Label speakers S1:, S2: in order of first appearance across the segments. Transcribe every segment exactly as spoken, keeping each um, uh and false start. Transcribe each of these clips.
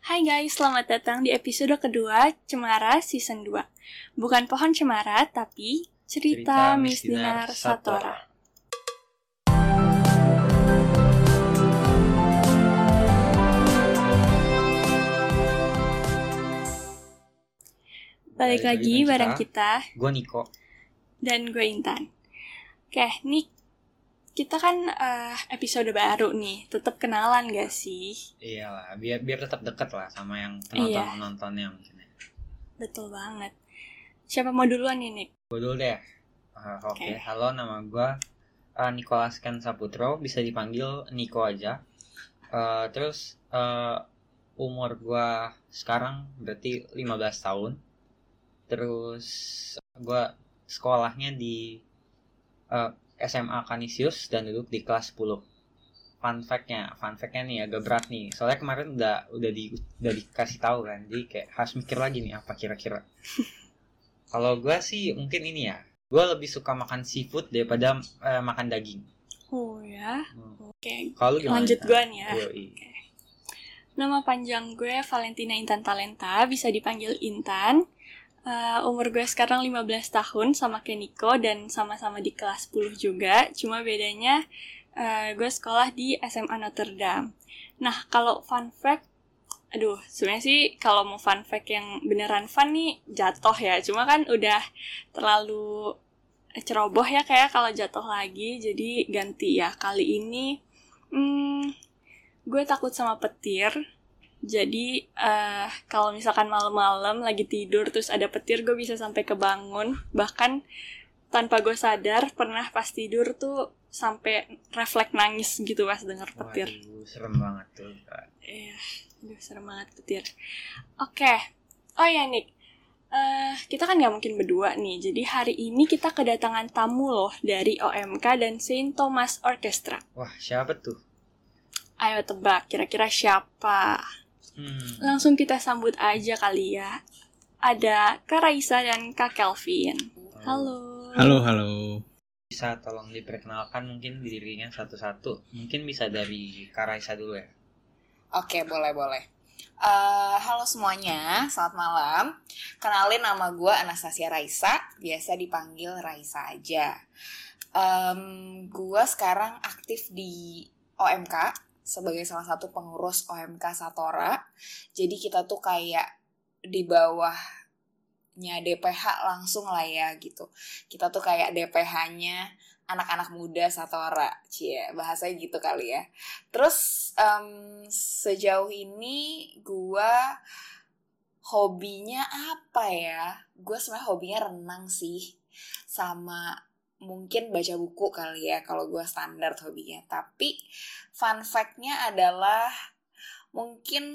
S1: Hai guys, selamat datang di episode kedua Cemara Season dua. Bukan pohon cemara, tapi cerita, cerita Miss Dinar Satora. Balik, Balik lagi bareng kita.
S2: Gue Niko.
S1: Dan gue Intan. Oke, Nik, kita kan uh, episode baru nih, tetap kenalan gak sih?
S2: Iyalah, biar biar tetap dekat lah sama yang penonton-penontonnya mungkin.
S1: Betul banget. Siapa mau duluan nih, Nik?
S2: Gue dulu deh. Uh, Oke, okay. okay. Halo, nama gue uh, Nicholas Ken Saputro, bisa dipanggil Niko aja. Uh, terus uh, umur gue sekarang berarti lima belas tahun. Terus gue sekolahnya di uh, S M A Canisius dan duduk di kelas sepuluh. Fun fact-nya, fun fact-nya nih agak berat nih. Soalnya kemarin udah udah di udah dikasih tahu kan. Jadi kayak harus mikir lagi nih apa kira-kira. Kalau gue sih mungkin ini ya. Gue lebih suka makan seafood daripada uh, makan daging.
S1: Oh ya. Hmm. Oke. Okay.
S2: Kalau
S1: lanjut gue nih ya.
S2: Okay.
S1: Nama panjang gue Valentina Intan Talenta, bisa dipanggil Intan. Uh, umur gue sekarang lima belas tahun sama kayak Niko dan sama-sama di kelas sepuluh juga. Cuma bedanya uh, gue sekolah di S M A Notre Dame. Nah, kalau fun fact, aduh, sebenarnya sih kalau mau fun fact yang beneran fun nih jatuh ya. Cuma kan udah terlalu ceroboh ya kayak kalau jatuh lagi. Jadi ganti ya. Kali ini hmm, gue takut sama petir. Jadi uh, kalau misalkan malam-malam lagi tidur terus ada petir, gue bisa sampai kebangun. Bahkan tanpa gue sadar pernah pas tidur tuh sampai refleks nangis gitu pas denger petir.
S2: Waduh, serem banget tuh.
S1: Iya, aduh serem banget petir. Oke, okay. Oh ya Nick, uh, kita kan gak mungkin berdua nih. Jadi hari ini kita kedatangan tamu loh dari O M K dan Saint Thomas Orchestra.
S2: Wah, siapa tuh?
S1: Ayo tebak, kira-kira siapa? Hmm. Langsung kita sambut aja kali ya. Ada Kak Raisa dan Kak Kelvin. Halo.
S3: Halo, halo.
S2: Bisa tolong diperkenalkan mungkin dirinya satu-satu. Mungkin bisa dari Kak Raisa dulu ya.
S4: Oke, boleh-boleh. Uh, halo semuanya, selamat malam. Kenalin, nama gue Anastasia Raisa. Biasa dipanggil Raisa aja. um, Gue sekarang aktif di O M K sebagai salah satu pengurus O M K Satora. Jadi kita tuh kayak di bawahnya D P H langsung lah ya gitu. Kita tuh kayak D P H-nya anak-anak muda Satora. Cie, bahasanya gitu kali ya. Terus um, sejauh ini gue hobinya apa ya? Gue sebenarnya hobinya renang sih. Sama mungkin baca buku kali ya kalau gue standar hobinya. Tapi fun fact-nya adalah mungkin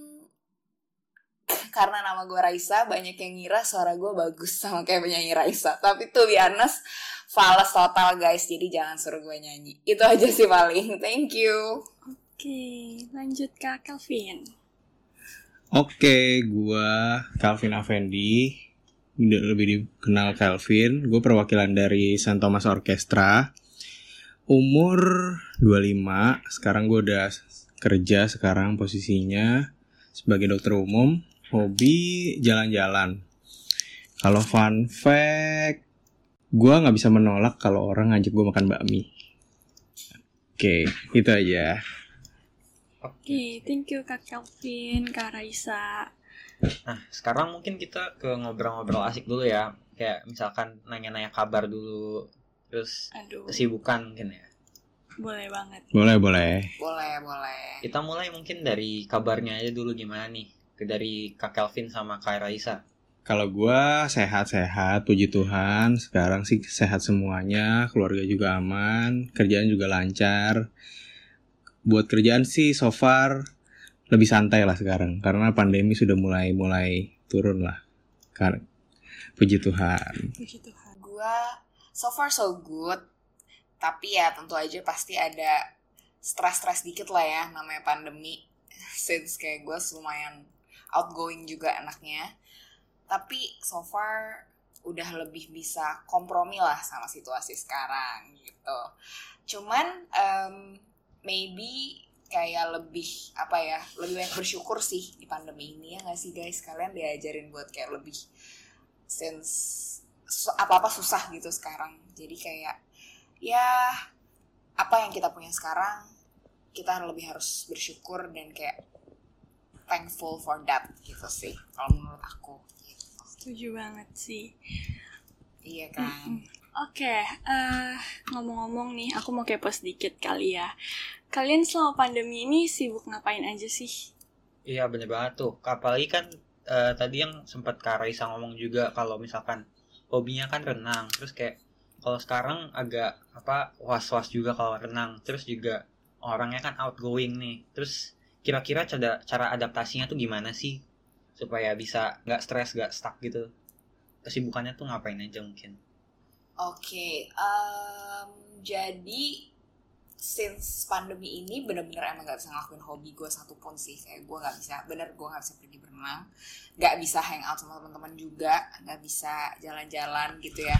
S4: karena nama gue Raisa, banyak yang ngira suara gue bagus sama kayak penyanyi Raisa. Tapi to be honest, fals total guys. Jadi jangan suruh gue nyanyi. Itu aja sih paling. Thank you.
S1: Oke, lanjut Kak Kelvin.
S3: Oke, gue Kelvin Afendi, lebih dikenal Kelvin. Gue perwakilan dari Saint Thomas Orchestra. Umur dua puluh lima. Sekarang gue udah kerja sekarang posisinya sebagai dokter umum. Hobi jalan-jalan. Kalau fun fact, gue gak bisa menolak kalau orang ngajak gue makan bakmi. Oke, itu aja.
S1: Oke, okay, thank you Kak Kelvin, Kak Raisa.
S2: Nah, sekarang mungkin kita ke ngobrol-ngobrol asik dulu ya. Kayak misalkan nanya-nanya kabar dulu. Terus Aduh. kesibukan mungkin ya.
S1: Boleh banget.
S3: Boleh, boleh.
S4: Boleh, boleh.
S2: Kita mulai mungkin dari kabarnya aja dulu gimana nih. Dari Kak Kelvin sama Kak Raisa.
S3: Kalau gue sehat-sehat, puji Tuhan. Sekarang sih sehat semuanya. Keluarga juga aman. Kerjaan juga lancar. Buat kerjaan sih so far lebih santai lah sekarang karena pandemi sudah mulai mulai turun lah. Karena puji Tuhan.
S1: Puji Tuhan.
S4: Gua so far so good. Tapi ya tentu aja pasti ada stres-stres dikit lah ya, namanya pandemi. Since kayak gue lumayan outgoing juga anaknya. Tapi so far udah lebih bisa kompromi lah sama situasi sekarang gitu. Cuman um, maybe kayak lebih apa ya, lebih banyak bersyukur sih di pandemi ini, ya nggak sih guys? Kalian diajarin buat kayak lebih since apa-apa susah gitu sekarang. Jadi kayak ya apa yang kita punya sekarang kita lebih harus bersyukur dan kayak thankful for that gitu sih kalau menurut aku gitu.
S1: Setuju banget sih.
S4: Iya kan.
S1: Mm-hmm. Oke, okay, uh, ngomong-ngomong nih, aku mau kepo sedikit kali ya. Kalian selama pandemi ini sibuk ngapain aja sih?
S2: Iya bener banget tuh. Apalagi kan uh, tadi yang sempat Kak Raisa ngomong juga kalau misalkan hobinya kan renang. Terus kayak kalau sekarang agak apa was-was juga kalau renang. Terus juga orangnya kan outgoing nih. Terus kira-kira cara, cara adaptasinya tuh gimana sih? Supaya bisa gak stres, gak stuck gitu. Kesibukannya tuh ngapain aja mungkin?
S4: Oke, okay, um, jadi since pandemi ini bener-bener emang gak bisa ngelakuin hobi gue satupun sih. Kayak gue gak bisa, bener gue gak bisa pergi berenang, gak bisa hangout sama teman-teman juga, gak bisa jalan-jalan gitu ya.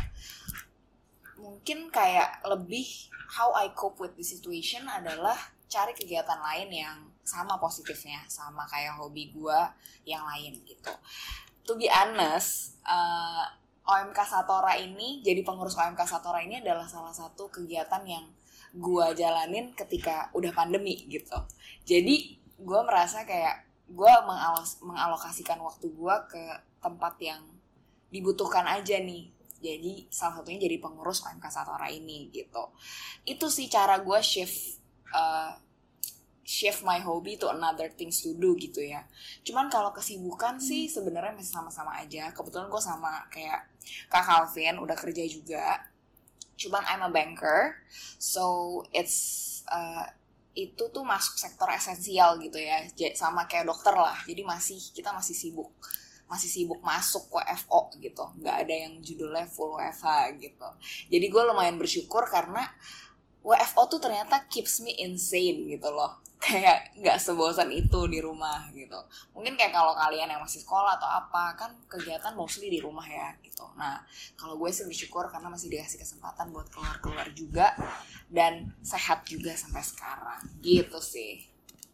S4: Mungkin kayak lebih how I cope with the situation adalah cari kegiatan lain yang sama positifnya, sama kayak hobi gue yang lain gitu. To be honest, uh, O M K Satora ini, jadi pengurus O M K Satora ini adalah salah satu kegiatan yang gue jalanin ketika udah pandemi gitu. Jadi gue merasa kayak gue mengalos- mengalokasikan waktu gue ke tempat yang dibutuhkan aja nih. Jadi salah satunya jadi pengurus O M K Satora ini gitu. Itu sih cara gue shift uh, shift my hobby to another things to do gitu ya. Cuman kalau kesibukan sih sebenarnya masih sama-sama aja. Kebetulan gue sama kayak Kak Calvin udah kerja juga. Cuman I'm a banker, so it's uh, itu tuh masuk sektor esensial gitu ya. Sama kayak dokter lah. Jadi masih kita masih sibuk, masih sibuk masuk W F O gitu. Nggak ada yang judulnya full W F H gitu. Jadi gue lumayan bersyukur karena W F O tuh ternyata keeps me insane gitu loh. Kayak gak sebosan itu di rumah gitu. Mungkin kayak kalau kalian yang masih sekolah atau apa, kan kegiatan mostly di rumah ya gitu. Nah kalau gue sih bersyukur karena masih dikasih kesempatan buat keluar-keluar juga. Dan sehat juga sampai sekarang gitu sih.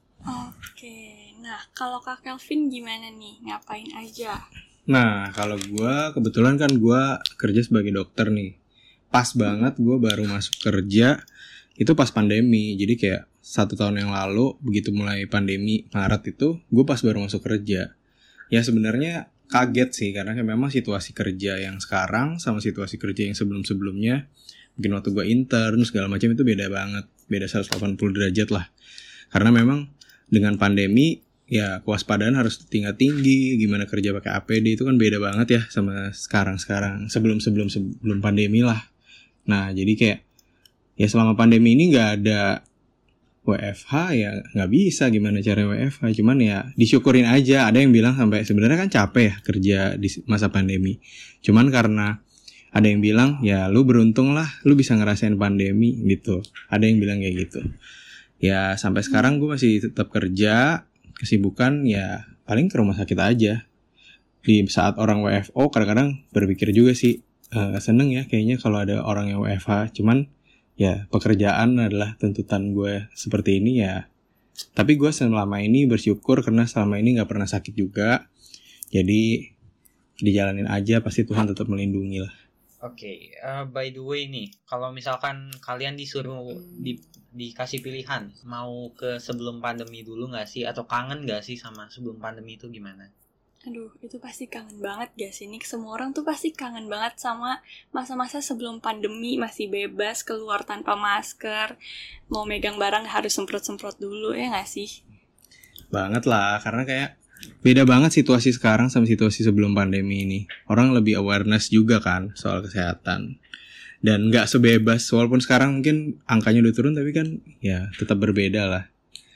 S1: Oke, nah kalau Kak Kelvin gimana nih? Ngapain aja?
S3: Nah kalau gue kebetulan kan gue kerja sebagai dokter nih. Pas banget gue baru masuk kerja itu pas pandemi. Jadi kayak satu tahun yang lalu begitu mulai pandemi Maret itu gue pas baru masuk kerja. Ya sebenarnya kaget sih karena kan memang situasi kerja yang sekarang sama situasi kerja yang sebelum-sebelumnya, mungkin waktu gue intern segala macam itu beda banget, beda seratus delapan puluh derajat lah. Karena memang dengan pandemi ya kewaspadaan harus tingkat tinggi, gimana kerja pakai A P D itu kan beda banget ya sama sekarang-sekarang, sebelum-sebelum sebelum pandemi lah. Nah jadi kayak ya selama pandemi ini nggak ada W F H ya nggak bisa gimana cara W F H, cuman ya disyukurin aja. Ada yang bilang sampai sebenarnya kan capek ya kerja di masa pandemi, cuman karena ada yang bilang ya lu beruntung lah lu bisa ngerasain pandemi gitu. Ada yang bilang kayak gitu. Ya sampai sekarang gue masih tetap kerja, kesibukan ya paling ke rumah sakit aja. Di saat orang W F O kadang-kadang berpikir juga sih uh, seneng ya kayaknya kalau ada orang yang W F H, cuman ya pekerjaan adalah tuntutan gue seperti ini ya. Tapi gue selama ini bersyukur karena selama ini gak pernah sakit juga. Jadi dijalanin aja, pasti Tuhan tetap melindungi lah.
S2: Oke, okay, uh, by the way nih, kalau misalkan kalian disuruh di, dikasih pilihan mau ke sebelum pandemi dulu gak sih? Atau kangen gak sih sama sebelum pandemi itu gimana?
S1: Aduh, itu pasti kangen banget gak sih, Nick? Semua orang tuh pasti kangen banget sama masa-masa sebelum pandemi, masih bebas, keluar tanpa masker, mau megang barang harus semprot-semprot dulu, ya gak sih?
S3: Banget lah, karena kayak beda banget situasi sekarang sama situasi sebelum pandemi ini. Orang lebih awareness juga kan soal kesehatan. Dan gak sebebas, walaupun sekarang mungkin angkanya udah turun, tapi kan ya tetap berbeda lah.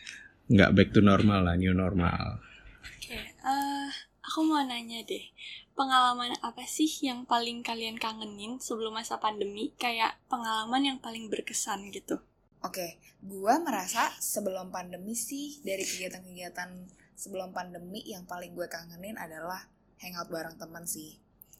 S3: Gak back to normal lah, new normal.
S1: Oke, okay, uh... aku mau nanya deh, pengalaman apa sih yang paling kalian kangenin sebelum masa pandemi? Kayak pengalaman yang paling berkesan gitu.
S4: Oke, gue merasa sebelum pandemi sih, dari kegiatan-kegiatan sebelum pandemi yang paling gue kangenin adalah hangout bareng teman sih.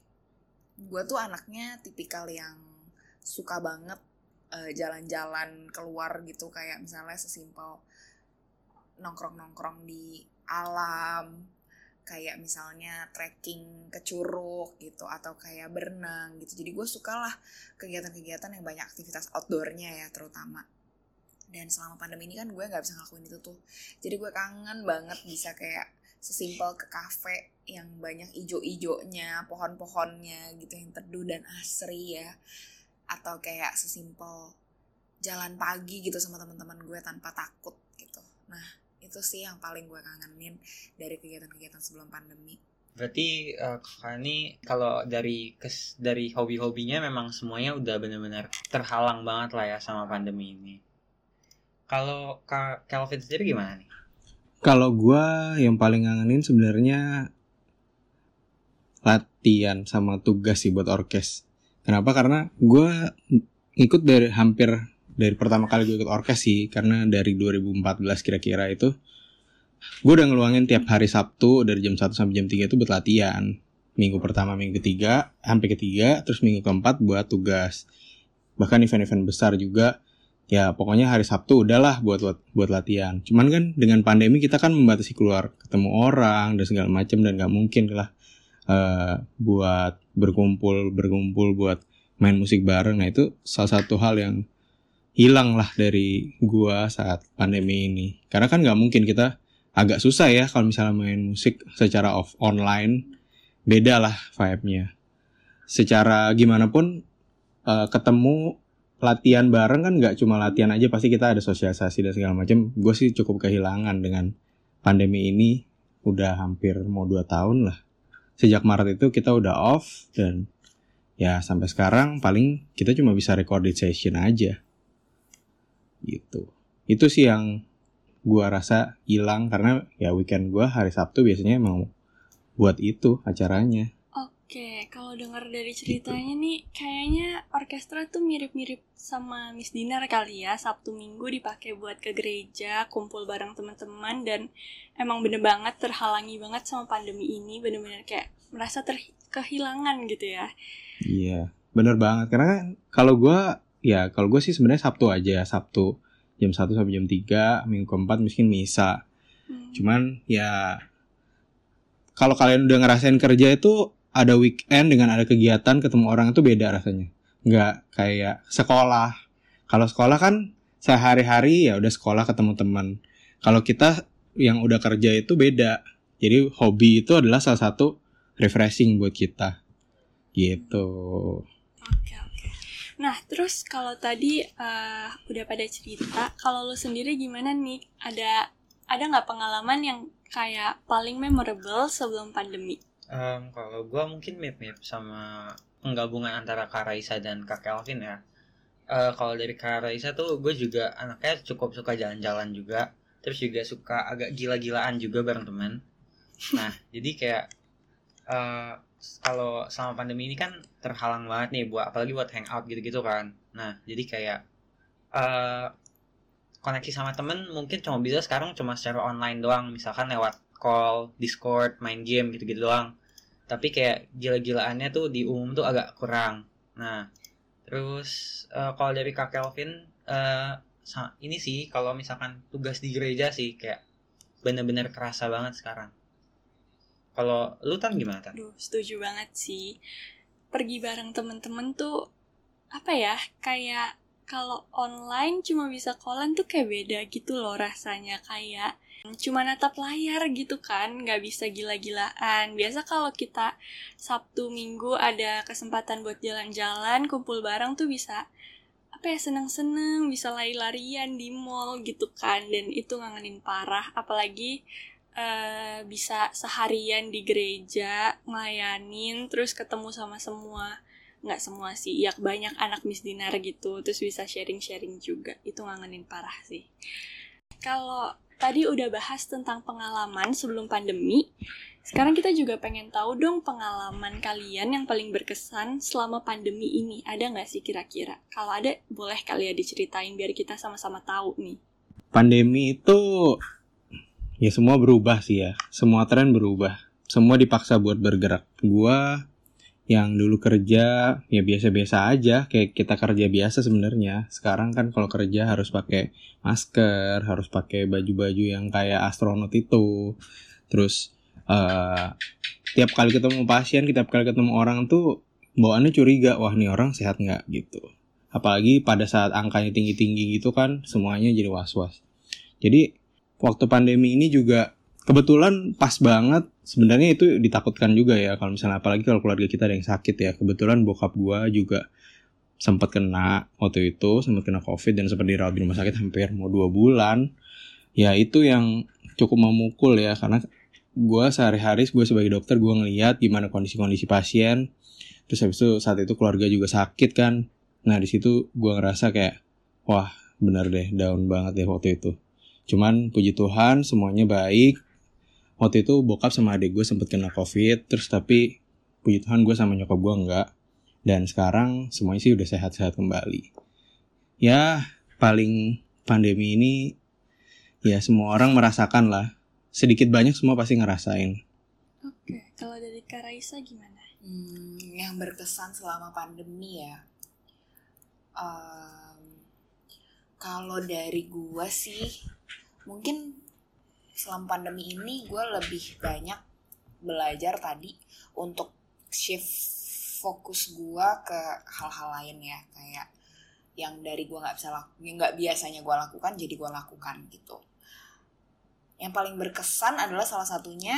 S4: Gue tuh anaknya tipikal yang suka banget uh, jalan-jalan keluar gitu, kayak misalnya sesimpel nongkrong-nongkrong di alam, kayak misalnya trekking ke curug gitu, atau kayak berenang gitu. Jadi gue suka lah kegiatan-kegiatan yang banyak aktivitas outdoornya ya terutama. Dan selama pandemi ini kan gue gak bisa ngelakuin itu tuh. Jadi gue kangen banget bisa kayak sesimpel ke kafe yang banyak ijo-ijonya, pohon-pohonnya gitu yang teduh dan asri ya. Atau kayak sesimpel jalan pagi gitu sama teman-teman gue tanpa takut gitu. Nah itu sih yang paling gue kangenin dari kegiatan-kegiatan sebelum pandemi.
S2: Berarti uh, kakak ini kalau dari kes, dari hobi-hobinya memang semuanya udah benar-benar terhalang banget lah ya sama pandemi ini. Kalau Kak Kelvin sendiri gimana nih?
S3: Kalau gue yang paling kangenin sebenarnya latihan sama tugas sih buat orkes. Kenapa? Karena gue ikut dari hampir dari pertama kali gue ikut orkes sih, karena dari dua ribu empat belas kira-kira itu gue udah ngeluangin tiap hari Sabtu dari jam satu sampai jam tiga itu buat latihan. Minggu pertama, minggu ketiga, sampai ketiga, terus minggu keempat buat tugas. Bahkan event-event besar juga, ya pokoknya hari Sabtu udahlah buat buat, buat latihan. Cuman kan dengan pandemi kita kan membatasi keluar, ketemu orang dan segala macam, dan gak mungkin lah uh, buat berkumpul berkumpul buat main musik bareng. Nah itu salah satu hal yang hilang lah dari gua saat pandemi ini. Karena kan gak mungkin, kita agak susah ya kalau misalnya main musik secara off online. Beda lah vibe-nya. Secara gimana pun uh, ketemu latihan bareng kan gak cuma latihan aja, pasti kita ada sosialisasi dan segala macam. Gue sih cukup kehilangan dengan pandemi ini. Udah hampir mau dua tahun lah. Sejak Maret itu kita udah off, dan ya sampai sekarang paling kita cuma bisa recorded session aja. Gitu. Itu sih yang gue rasa hilang, karena ya weekend gue hari Sabtu biasanya mau buat itu acaranya.
S1: Oke, kalau dengar dari ceritanya gitu nih, kayaknya orkestra tuh mirip-mirip sama Miss Dinar kali ya. Sabtu Minggu dipakai buat ke gereja, kumpul bareng teman-teman, dan emang bener banget terhalangi banget sama pandemi ini. Bener-bener kayak merasa ter- kehilangan gitu ya.
S3: Iya, bener banget. Karena kalau gue Ya kalau gue sih sebenarnya Sabtu aja, Sabtu jam satu sampai jam tiga, minggu keempat mungkin misa. Hmm. Cuman ya kalau kalian udah ngerasain kerja itu ada weekend dengan ada kegiatan ketemu orang itu beda rasanya. Nggak kayak sekolah. Kalau sekolah kan sehari-hari ya udah sekolah ketemu teman. Kalau kita yang udah kerja itu beda. Jadi hobi itu adalah salah satu refreshing buat kita. Gitu.
S1: Oke. Nah, terus kalau tadi uh, udah pada cerita, kalau lo sendiri gimana nih? Ada ada nggak pengalaman yang kayak paling memorable sebelum pandemi?
S2: Um, kalau gue mungkin mirip-mirip sama penggabungan antara Kak Raisa dan Kak Kelvin ya. Uh, kalau dari Kak Raisa tuh gue juga anaknya cukup suka jalan-jalan juga, terus juga suka agak gila-gilaan juga bareng teman. Nah, jadi kayak uh, kalau selama pandemi ini kan terhalang banget nih buat apalagi buat hangout gitu-gitu kan. Nah, jadi kayak uh, koneksi sama temen mungkin cuma bisa sekarang cuma secara online doang, misalkan lewat call, Discord, main game gitu-gitu doang. Tapi kayak gila-gilaannya tuh di umum tuh agak kurang. Nah, terus uh, kalau dari Kak Kelvin uh, ini sih kalau misalkan tugas di gereja sih kayak bener-bener kerasa banget sekarang. Kalau lu Tan gimana Tan?
S1: Duh, setuju banget sih. Pergi bareng temen-temen tuh apa ya? Kayak kalau online cuma bisa callan tuh kayak beda gitu loh rasanya, kayak cuma natap layar gitu kan, nggak bisa gila-gilaan. Biasa kalau kita Sabtu Minggu ada kesempatan buat jalan-jalan, kumpul bareng tuh bisa apa ya, seneng-seneng, bisa lari-larian di mall gitu kan, dan itu ngangenin parah. Apalagi Uh, bisa seharian di gereja ngelayanin, terus ketemu sama semua, nggak semua sih, ya banyak anak Miss Dinar gitu, terus bisa sharing-sharing juga, itu ngangenin parah sih. Kalau tadi udah bahas tentang pengalaman sebelum pandemi, sekarang kita juga pengen tahu dong pengalaman kalian yang paling berkesan selama pandemi ini. Ada nggak sih kira-kira? Kalau ada, boleh kali ya diceritain biar kita sama-sama tahu nih.
S3: Pandemi itu ya semua berubah sih ya, semua tren berubah, semua dipaksa buat bergerak. Gua yang dulu kerja ya biasa-biasa aja, kayak kita kerja biasa sebenarnya. Sekarang kan kalau kerja harus pakai masker, harus pakai baju-baju yang kayak astronot itu. Terus uh, tiap kali ketemu pasien, tiap kali ketemu orang tuh bawaannya curiga, wah nih orang sehat nggak gitu. Apalagi pada saat angkanya tinggi-tinggi gitu kan, semuanya jadi was-was. Jadi waktu pandemi ini juga kebetulan pas banget. Sebenarnya itu ditakutkan juga ya, kalau misalnya apalagi kalau keluarga kita ada yang sakit ya. Kebetulan bokap gua juga sempat kena waktu itu, sempat kena covid dan sempat dirawat di rumah sakit hampir mau dua bulan. Ya itu yang cukup memukul ya, karena gua sehari-hari gua sebagai dokter gua ngelihat gimana kondisi-kondisi pasien. Terus habis itu saat itu keluarga juga sakit kan. Nah di situ gua ngerasa kayak wah benar deh, down banget deh waktu itu. Cuman puji Tuhan semuanya baik. Waktu itu bokap sama adik gue sempet kena covid, terus tapi puji Tuhan gue sama nyokap gue enggak. Dan sekarang semuanya sih udah sehat-sehat kembali. Ya paling pandemi ini ya semua orang merasakan lah. Sedikit banyak semua pasti ngerasain.
S1: Oke, kalau dari Kak Raisa gimana?
S4: Hmm, yang berkesan selama pandemi ya. Um, kalau dari gue sih mungkin selama pandemi ini gue lebih banyak belajar tadi untuk shift fokus gue ke hal-hal lain ya, kayak yang dari gue nggak bisa laku, yang nggak biasanya gue lakukan jadi gue lakukan gitu. Yang paling berkesan adalah salah satunya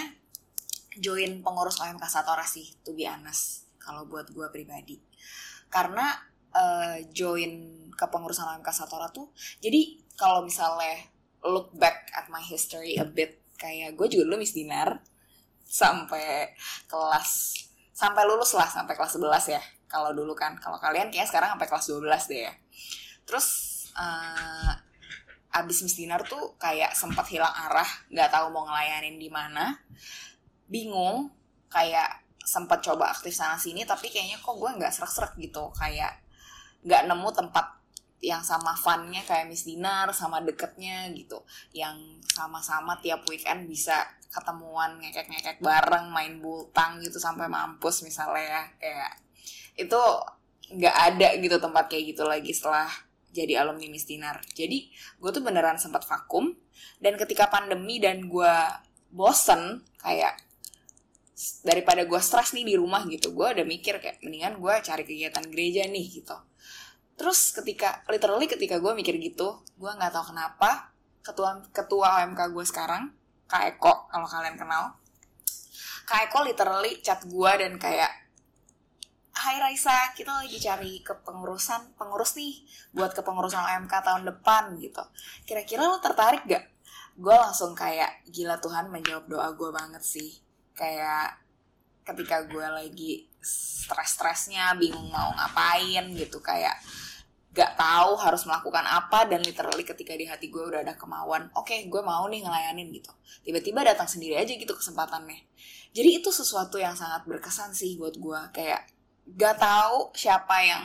S4: join pengurus O M K Satora sih, to be honest, kalau buat gue pribadi. Karena uh, join ke pengurusan O M K Satora tuh, jadi kalau misalnya look back at my history a bit, kayak gue juga dulu Miss Dinar sampai kelas sampai lulus lah, sampai kelas sebelas ya kalau dulu kan. Kalau kalian kayaknya sekarang sampai kelas dua belas deh ya. Terus uh, abis Miss Dinar tuh kayak sempat hilang arah, nggak tahu mau ngelayanin di mana, bingung, kayak sempat coba aktif sana sini tapi kayaknya kok gue nggak serak-serak gitu, kayak nggak nemu tempat yang sama funnya kayak Miss Dinar, sama deketnya gitu, yang sama-sama tiap weekend bisa ketemuan ngekek-ngekek bareng, main bultang gitu sampai mampus misalnya ya. Kayak itu nggak ada gitu tempat kayak gitu lagi setelah jadi alumni Miss Dinar. Jadi gue tuh beneran sempat vakum, dan ketika pandemi dan gue bosen, kayak daripada gue stres nih di rumah gitu, gue udah mikir kayak mendingan gue cari kegiatan gereja nih gitu. Terus ketika, literally ketika gue mikir gitu, gue gak tahu kenapa, ketua ketua O M K gue sekarang, Kak Eko, kalau kalian kenal, Kak Eko literally chat gue dan kayak, hai Raisa, kita lagi cari kepengurusan, pengurus nih, buat kepengurusan O M K tahun depan gitu. Kira-kira lo tertarik gak? Gue langsung kayak, gila Tuhan menjawab doa gue banget sih. Kayak ketika gue lagi stres-stresnya, bingung mau ngapain gitu, kayak gak tahu harus melakukan apa, dan literally ketika di hati gue udah ada kemauan, oke okay, gue mau nih ngelayanin gitu, tiba-tiba datang sendiri aja gitu kesempatannya. Jadi itu sesuatu yang sangat berkesan sih buat gue, kayak gak tahu siapa yang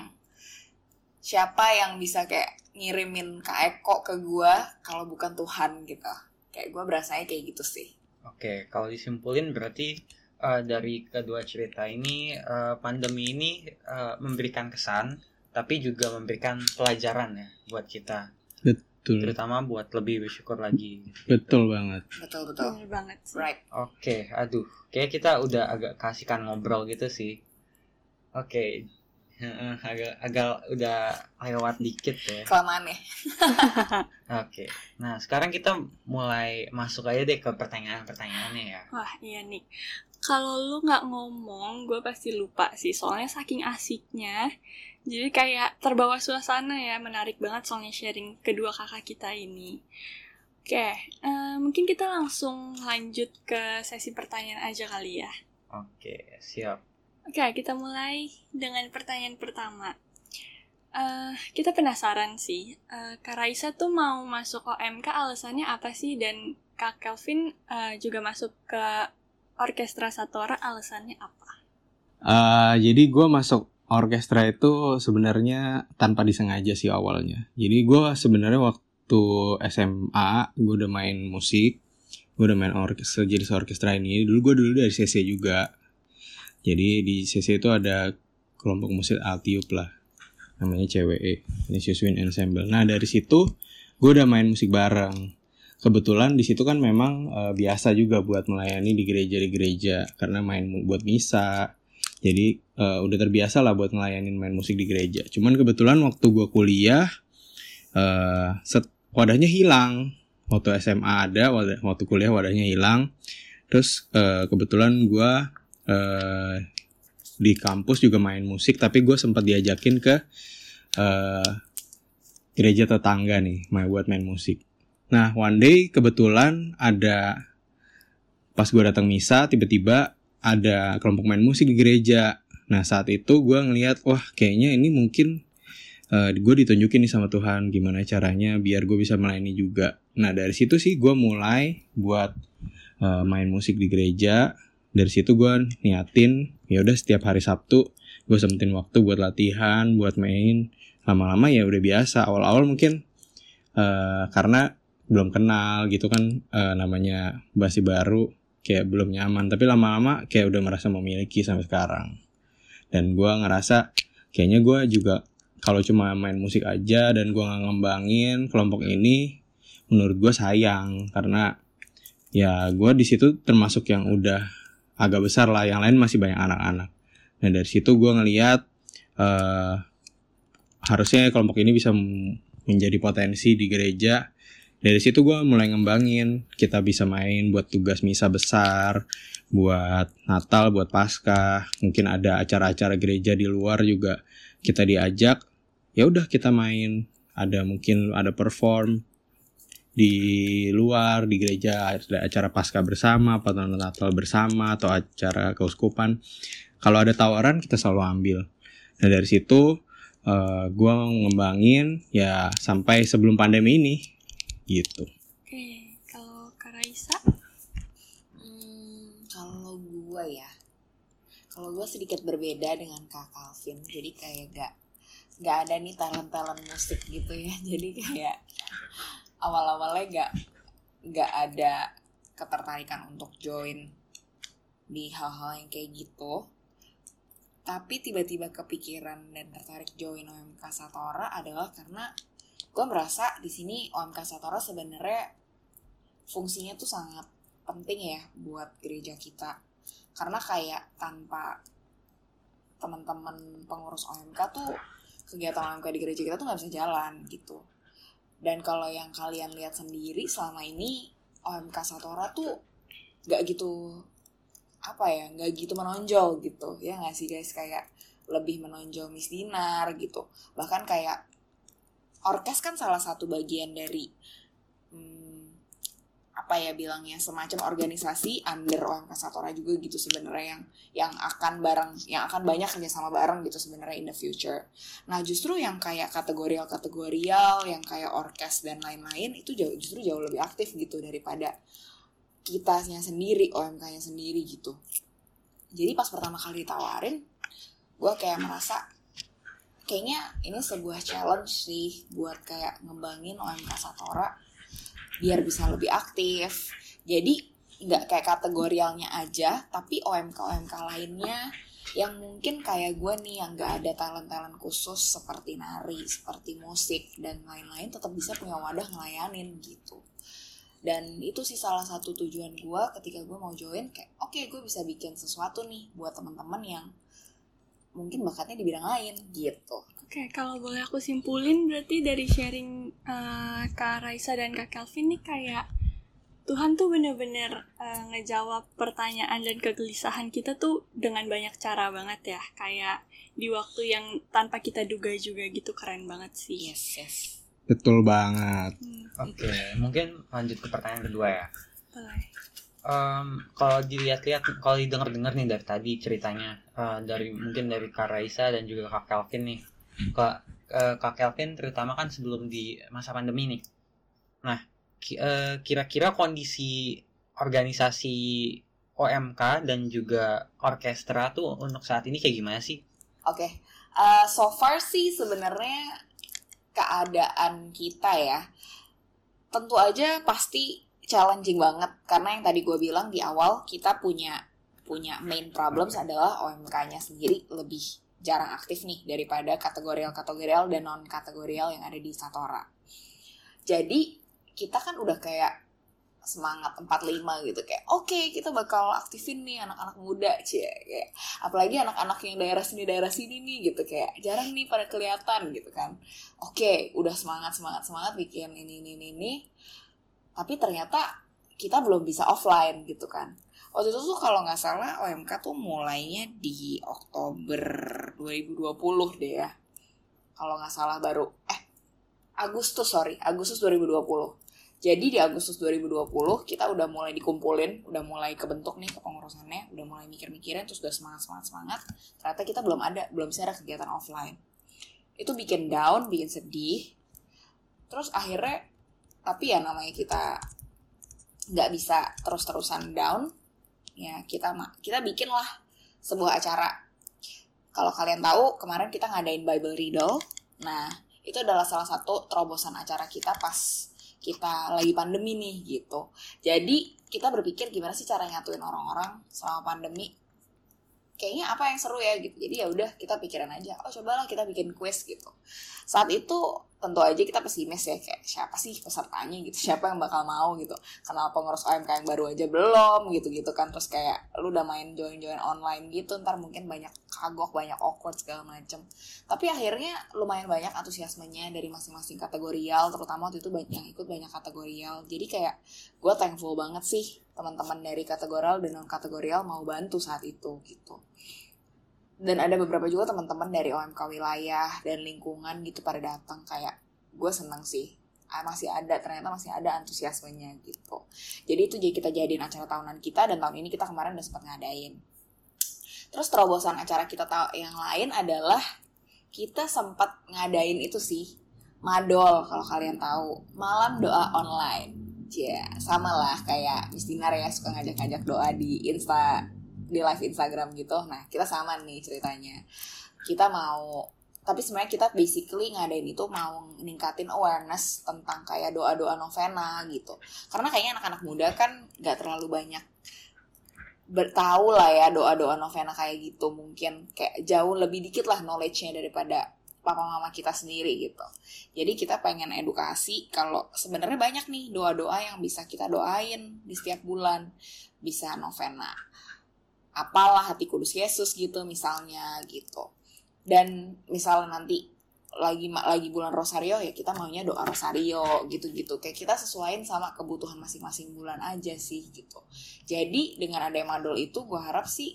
S4: siapa yang bisa kayak ngirimin Kak Eko ke gue kalau bukan Tuhan gitu. Kayak gue berasanya kayak gitu sih.
S2: Oke, kalau disimpulin berarti uh, dari kedua cerita ini, uh, pandemi ini uh, memberikan kesan, tapi juga memberikan pelajaran ya buat kita.
S3: Betul.
S2: Terutama buat lebih bersyukur lagi.
S3: Betul gitu. banget.
S4: Betul betul.
S1: Betul banget sih.
S4: Right.
S2: Oke, aduh, kayak kita udah agak kasihkan ngobrol gitu sih. Oke, agak agak udah lewat dikit ya.
S4: Kelamaan ya.
S2: Oke, nah sekarang kita mulai masuk aja deh ke pertanyaan-pertanyaannya ya.
S1: Wah iya nih, kalau lu nggak ngomong, gue pasti lupa sih. Soalnya saking asiknya, jadi kayak terbawa suasana ya. Menarik banget soalnya sharing kedua kakak kita ini. Oke, uh, mungkin kita langsung lanjut ke sesi pertanyaan aja kali ya.
S2: Oke, siap.
S1: Oke, kita mulai dengan pertanyaan pertama. Uh, kita penasaran sih, uh, Kak Raisa tuh mau masuk O M K alasannya apa sih? Dan Kak Kelvin uh, juga masuk ke Orkestra Satora alasannya apa?
S3: Uh, jadi gue masuk orkestra itu sebenarnya tanpa disengaja sih awalnya. Jadi gue sebenarnya waktu S M A gue udah main musik, gue udah main orkestra, jadi orkestra ini. Dulu gue dulu dari C C juga. Jadi di C C itu ada kelompok musik Altiup lah, namanya C W E, Canisius Wind Ensemble. Nah dari situ gue udah main musik bareng. Kebetulan di situ kan memang uh, biasa juga buat melayani di gereja di gereja karena main buat misa. Jadi uh, udah terbiasa lah buat ngelayanin main musik di gereja. Cuman kebetulan waktu gue kuliah uh, set, wadahnya hilang. Waktu S M A ada, wadah, waktu kuliah wadahnya hilang. Terus uh, kebetulan gue uh, di kampus juga main musik, tapi gue sempat diajakin ke uh, gereja tetangga nih, main buat main musik. Nah, one day kebetulan ada, pas gue datang misa, tiba-tiba ada kelompok main musik di gereja. Nah, saat itu gue ngelihat, wah kayaknya ini mungkin uh, gue ditunjukin nih sama Tuhan, gimana caranya biar gue bisa melayani juga. Nah, dari situ sih gue mulai buat uh, main musik di gereja. Dari situ gue niatin, ya udah setiap hari Sabtu gue sempetin waktu buat latihan, buat main. Lama-lama ya udah biasa. Awal-awal mungkin uh, karena belum kenal gitu kan, uh, namanya masih baru, kayak belum nyaman. Tapi lama-lama kayak udah merasa memiliki sampai sekarang. Dan gue ngerasa kayaknya gue juga kalau cuma main musik aja dan gue gak ngembangin kelompok ini, menurut gue sayang. Karena ya gue di situ termasuk yang udah agak besar lah, yang lain masih banyak anak-anak. Nah dari situ gue ngeliat uh, harusnya kelompok ini bisa menjadi potensi di gereja. Dari situ gue mulai ngembangin, kita bisa main buat tugas misa besar, buat Natal, buat Paskah, mungkin ada acara-acara gereja di luar juga kita diajak. Ya udah kita main, ada mungkin ada perform di luar di gereja, ada acara Paskah bersama, atau Natal bersama, atau acara keuskupan. Kalau ada tawaran kita selalu ambil. Nah dari situ uh, gue ngembangin ya sampai sebelum pandemi ini. Gitu.
S1: Oke, kalau Kak Raisa?
S4: Hmm, kalau gue ya, kalau gue sedikit berbeda dengan Kak Calvin. Jadi kayak gak, gak ada nih talent-talent musik gitu ya. Jadi kayak awal-awalnya gak, gak ada ketertarikan untuk join di hal-hal yang kayak gitu. Tapi tiba-tiba kepikiran dan tertarik join O M K Satora adalah karena gue merasa di sini O M K Satora sebenarnya fungsinya tuh sangat penting ya buat gereja kita. Karena kayak tanpa teman-teman pengurus O M K tuh kegiatan O M K di gereja kita tuh nggak bisa jalan gitu. Dan kalau yang kalian lihat sendiri selama ini O M K Satora tuh nggak gitu apa ya, nggak gitu menonjol gitu ya nggak sih guys, kayak lebih menonjol Miss Dinar gitu. Bahkan kayak orkes kan salah satu bagian dari hmm, apa ya bilangnya semacam organisasi under O M K Satora juga gitu sebenarnya, yang yang akan bareng yang akan banyak kerjasama bareng gitu sebenarnya in the future. Nah justru yang kayak kategorial kategorial yang kayak orkes dan lain-lain itu jauh, justru jauh lebih aktif gitu daripada kitanya sendiri, O M K-nya sendiri gitu. Jadi pas pertama kali ditawarin, gue kayak merasa kayaknya ini sebuah challenge sih buat kayak ngembangin O M K Satora biar bisa lebih aktif. Jadi nggak kayak kategorialnya aja, tapi O M K O M K lainnya yang mungkin kayak gue nih yang nggak ada talent-talent khusus seperti nari, seperti musik dan lain-lain tetap bisa punya wadah ngelayanin gitu. Dan itu sih salah satu tujuan gue ketika gue mau join, kayak oke okay, gue bisa bikin sesuatu nih buat teman-teman yang mungkin bakatnya di bidang lain gitu.
S1: Oke, okay, kalau boleh aku simpulin berarti dari sharing uh, Kak Raisa dan Kak Calvin nih kayak Tuhan tuh bener-bener uh, ngejawab pertanyaan dan kegelisahan kita tuh dengan banyak cara banget ya. Kayak di waktu yang tanpa kita duga juga gitu, keren banget sih.
S4: Yes, yes.
S3: Betul banget.
S1: Hmm.
S2: Oke, okay. Mungkin lanjut ke pertanyaan kedua ya.
S1: Boleh.
S2: Um, kalau dilihat-lihat, kalau didengar-dengar nih dari tadi ceritanya, uh, dari mungkin dari Kak Raisa dan juga Kak Calvin nih, Kak, uh, Kak Calvin terutama kan sebelum di masa pandemi nih. Nah, ki- uh, kira-kira kondisi organisasi O M K dan juga orkestra tuh untuk saat ini kayak gimana sih?
S4: Oke, okay. uh, so far sih sebenarnya keadaan kita ya, tentu aja pasti challenging banget karena yang tadi gue bilang di awal kita punya punya main problems adalah O M K-nya sendiri lebih jarang aktif nih daripada kategorial-kategorial dan non-kategorial yang ada di Satora. Jadi kita kan udah kayak semangat empat puluh lima gitu, kayak oke okay, kita bakal aktifin nih anak-anak muda, cie, kayak apalagi anak-anak yang daerah sini daerah sini nih gitu, kayak jarang nih pada kelihatan gitu kan. Oke, okay, udah semangat semangat semangat bikin ini ini ini, ini. Tapi ternyata kita belum bisa offline gitu kan. Waktu itu tuh kalau nggak salah O M K tuh mulainya di Oktober dua ribu dua puluh deh ya. Kalau nggak salah baru, eh Agustus sorry, Agustus dua ribu dua puluh. Jadi di Agustus dua ribu dua puluh kita udah mulai dikumpulin, udah mulai kebentuk nih kepengurusannya, udah mulai mikir-mikirin, terus udah semangat-semangat-semangat. Ternyata kita belum ada, belum bisa ada kegiatan offline. Itu bikin down, bikin sedih. Terus akhirnya, tapi ya namanya kita nggak bisa terus-terusan down. Ya kita kita bikin lah sebuah acara. Kalau kalian tahu kemarin kita ngadain Bible Riddle. Nah itu adalah salah satu terobosan acara kita pas kita lagi pandemi nih gitu. Jadi kita berpikir gimana sih cara nyatuin orang-orang selama pandemi. Kayaknya apa yang seru ya gitu. Jadi ya udah kita pikiran aja. Oh cobalah kita bikin quiz gitu. Saat itu tentu aja kita pesimis ya, kayak siapa sih pesertanya gitu, siapa yang bakal mau gitu, kenal pengurus O M K yang baru aja belum gitu-gitu kan. Terus kayak lu udah main join-join online gitu, ntar mungkin banyak kagok, banyak awkward segala macem. Tapi akhirnya lumayan banyak antusiasmenya dari masing-masing kategorial, terutama waktu itu yang ikut banyak kategorial. Jadi kayak gue thankful banget sih teman-teman dari kategorial dan non kategorial mau bantu saat itu gitu. Dan ada beberapa juga teman-teman dari O M K wilayah dan lingkungan gitu pada datang, kayak gue seneng sih masih ada, ternyata masih ada antusiasmenya gitu. Jadi itu jadi kita jadiin acara tahunan kita, dan tahun ini kita kemarin udah sempat ngadain. Terus terobosan acara kita yang lain adalah kita sempat ngadain itu sih Madol, kalau kalian tahu, malam doa online. Ya sama lah kayak Miss Dinar ya, suka ngajak-ngajak doa di Insta, di live Instagram gitu. Nah kita sama nih ceritanya, kita mau, tapi sebenarnya kita basically ngadain itu mau ningkatin awareness tentang kayak doa-doa novena gitu. Karena kayaknya anak-anak muda kan gak terlalu banyak bertahu lah ya doa-doa novena kayak gitu. Mungkin kayak jauh lebih dikit lah knowledge-nya daripada papa mama kita sendiri gitu. Jadi kita pengen edukasi kalau sebenarnya banyak nih doa-doa yang bisa kita doain di setiap bulan. Bisa novena apalah Hati Kudus Yesus gitu misalnya gitu. Dan misalnya nanti lagi lagi bulan Rosario ya kita maunya doa Rosario gitu-gitu. Kayak kita sesuaiin sama kebutuhan masing-masing bulan aja sih gitu. Jadi dengan ada Madol itu gue harap sih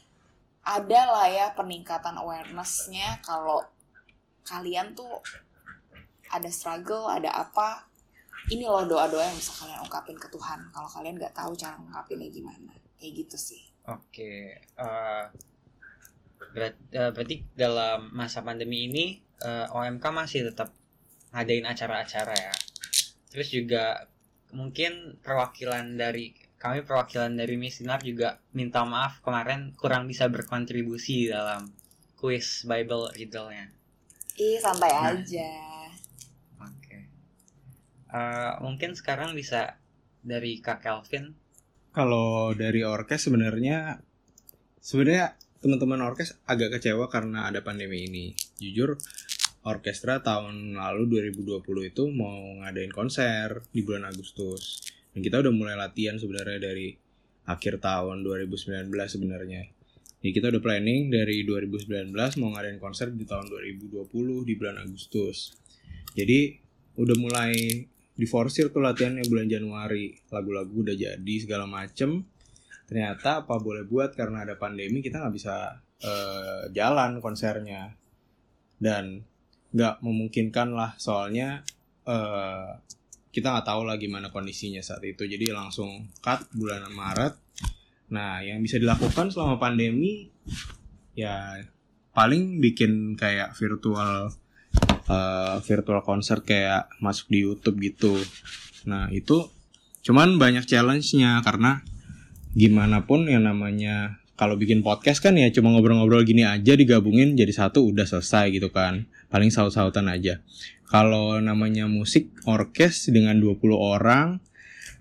S4: ada lah ya peningkatan awareness-nya. Kalau kalian tuh ada struggle, ada apa, ini loh doa-doa yang bisa kalian ungkapin ke Tuhan kalau kalian gak tahu cara ungkapinnya gimana. Kayak gitu sih.
S2: Oke, uh, berat, uh, berarti dalam masa pandemi ini uh, O M K masih tetap ngadain acara-acara ya. Terus juga mungkin perwakilan dari kami perwakilan dari Miss Dinar juga minta maaf kemarin kurang bisa berkontribusi dalam kuis Bible Riddle-nya.
S4: Ih santai
S2: nah,
S4: aja.
S2: Oke, okay. uh, mungkin sekarang bisa dari Kak Kelvin.
S3: Kalau dari orkes sebenarnya sebenarnya teman-teman orkes agak kecewa karena ada pandemi ini. Jujur orkestra tahun lalu dua ribu dua puluh itu mau ngadain konser di bulan Agustus. Dan kita udah mulai latihan sebenarnya dari akhir tahun dua ribu sembilan belas sebenarnya. Jadi kita udah planning dari dua ribu sembilan belas mau ngadain konser di tahun dua ribu dua puluh di bulan Agustus. Jadi udah mulai diforsir tuh latihannya bulan Januari, lagu-lagu udah jadi segala macem. Ternyata apa boleh buat karena ada pandemi kita nggak bisa uh, jalan konsernya dan nggak memungkinkan lah soalnya uh, kita nggak tahu lah gimana kondisinya saat itu. Jadi langsung cut bulan Maret. Nah yang bisa dilakukan selama pandemi ya paling bikin kayak virtual Uh, virtual concert kayak masuk di YouTube gitu. Nah itu cuman banyak challenge-nya karena gimana pun yang namanya kalau bikin podcast kan ya cuma ngobrol-ngobrol gini aja digabungin jadi satu udah selesai gitu kan. Paling saut-sautan aja. Kalau namanya musik orkes dengan dua puluh orang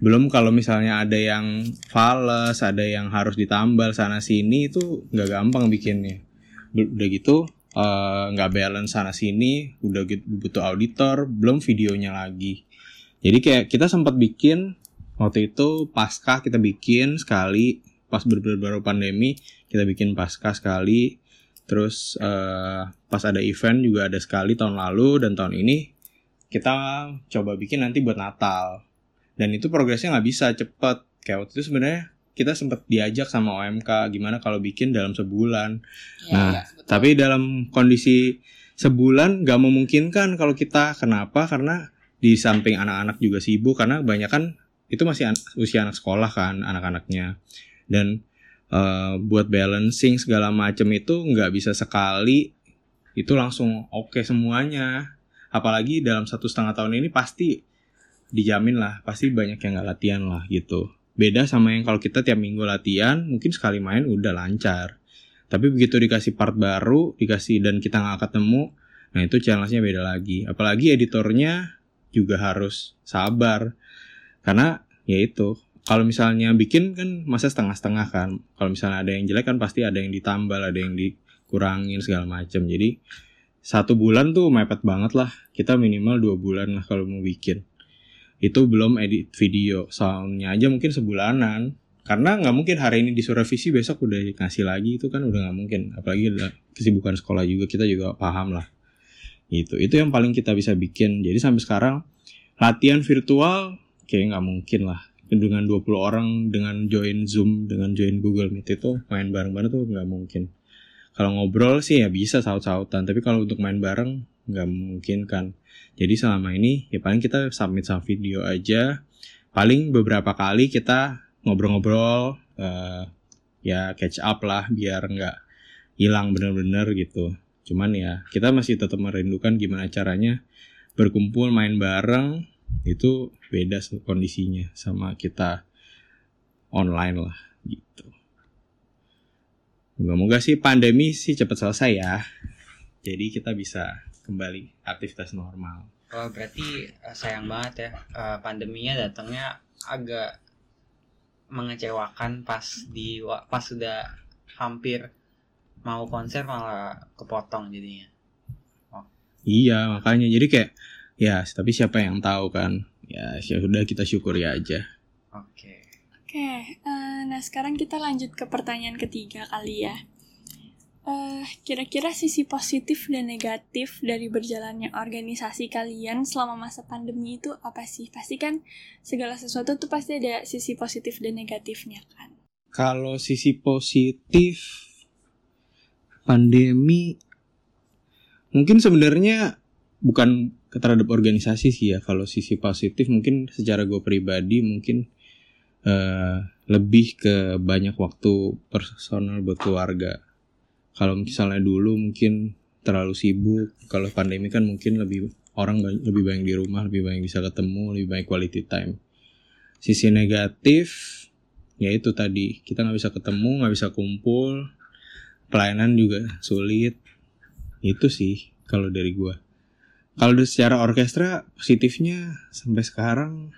S3: Belum kalau misalnya ada yang fals, ada yang harus ditambal sana sini, itu nggak gampang bikinnya. Udah gitu uh, nggak balance sana sini, udah gitu butuh auditor, belum videonya lagi. Jadi kayak kita sempat bikin waktu itu pasca kita bikin sekali pas baru-baru pandemi, kita bikin pasca sekali. Terus uh, pas ada event juga ada sekali tahun lalu, dan tahun ini kita coba bikin nanti buat Natal. Dan itu progresnya nggak bisa cepet. Kayak waktu itu sebenarnya kita sempat diajak sama O M K gimana kalau bikin dalam sebulan. Ya, nah, ya, tapi dalam kondisi sebulan nggak memungkinkan kalau kita. Kenapa? Karena di samping anak-anak juga sibuk, karena kebanyakan itu masih an- usia anak sekolah kan anak-anaknya. Dan uh, buat balancing segala macam itu nggak bisa sekali itu langsung oke okay semuanya. Apalagi dalam satu setengah tahun ini pasti dijamin lah, pasti banyak yang nggak latihan lah gitu. Beda sama yang kalau kita tiap minggu latihan, mungkin sekali main udah lancar. Tapi begitu dikasih part baru, dikasih dan kita nggak ketemu, nah itu challenge-nya beda lagi. Apalagi editornya juga harus sabar, karena ya itu. Kalau misalnya bikin kan masa setengah-setengah kan. Kalau misalnya ada yang jelek kan pasti ada yang ditambal, ada yang dikurangin segala macam. Jadi satu bulan tuh mepet banget lah. Kita minimal dua bulan lah kalau mau bikin. Itu belum edit video, soundnya aja mungkin sebulanan. Karena nggak mungkin hari ini disuruh revisi besok udah ngasih lagi, itu kan udah nggak mungkin. Apalagi ada kesibukan sekolah juga, kita juga paham lah. Itu itu yang paling kita bisa bikin. Jadi sampai sekarang latihan virtual kayak nggak mungkin lah. Dengan dua puluh orang, dengan join Zoom, dengan join Google Meet itu main bareng-bareng tuh nggak mungkin. Kalau ngobrol sih ya bisa saut-sautan, tapi kalau untuk main bareng nggak mungkin kan. Jadi selama ini ya paling kita submit sama video aja. Paling beberapa kali kita ngobrol-ngobrol, uh, ya catch up lah biar nggak hilang bener-bener gitu. Cuman ya kita masih tetap merindukan gimana caranya berkumpul main bareng. Itu beda kondisinya sama kita online lah gitu. Moga-moga sih pandemi sih cepat selesai ya. Jadi kita bisa kembali aktivitas normal.
S2: Oh, berarti uh, sayang banget ya uh, pandeminya datangnya agak mengecewakan pas di pas sudah hampir mau konser malah kepotong jadinya. Oh.
S3: Iya, makanya jadi kayak ya, tapi siapa yang tahu kan? Ya, sudah kita syukuri aja.
S2: Oke. Okay.
S1: Oke, okay, uh, nah sekarang kita lanjut ke pertanyaan ketiga kali ya. Uh, kira-kira sisi positif dan negatif dari berjalannya organisasi kalian selama masa pandemi itu apa sih? Pasti kan segala sesuatu tuh pasti ada sisi positif dan negatifnya kan?
S3: Kalau sisi positif pandemi mungkin sebenarnya bukan terhadap organisasi sih ya. Kalau sisi positif mungkin secara gue pribadi mungkin uh, lebih ke banyak waktu personal buat keluarga. Kalau misalnya dulu mungkin terlalu sibuk, kalau pandemi kan mungkin lebih orang lebih banyak di rumah, lebih banyak bisa ketemu, lebih banyak quality time. Sisi negatif, ya itu tadi, kita nggak bisa ketemu, nggak bisa kumpul, pelayanan juga sulit. Itu sih kalau dari gua. Kalau secara orkestra positifnya sampai sekarang,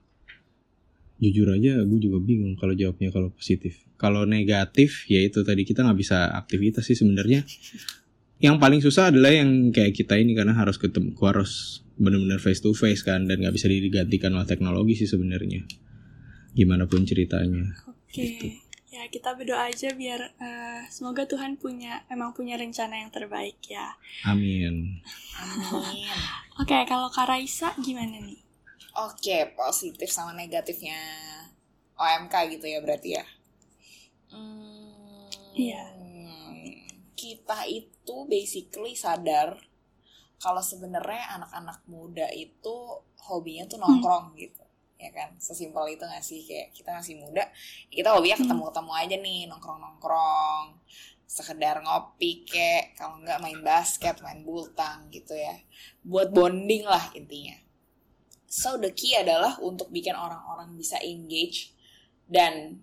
S3: jujur aja gue juga bingung kalau jawabnya kalau positif. Kalau negatif ya itu tadi, kita nggak bisa aktivitas sih sebenarnya. Yang paling susah adalah yang kayak kita ini karena harus ketemu, harus benar-benar face to face kan, dan nggak bisa digantikan oleh teknologi sih sebenarnya. Gimana pun ceritanya.
S1: Oke, gitu. Ya kita berdoa aja biar uh, semoga Tuhan punya emang punya rencana yang terbaik ya.
S3: Amin.
S4: Amin.
S1: Oke, kalau Kak Raisa gimana nih?
S4: Oke, positif sama negatifnya O M K gitu ya berarti ya. Hmm,
S1: iya.
S4: Kita itu basically sadar kalau sebenarnya anak-anak muda itu hobinya tuh nongkrong hmm. gitu, ya kan? Sesimpel itu nggak sih? Kayak kita masih muda, kita hobinya ketemu-ketemu aja nih, nongkrong-nongkrong, sekedar ngopi kek, kalau nggak main basket, main bultang gitu ya, buat bonding lah intinya. So the key adalah untuk bikin orang-orang bisa engage dan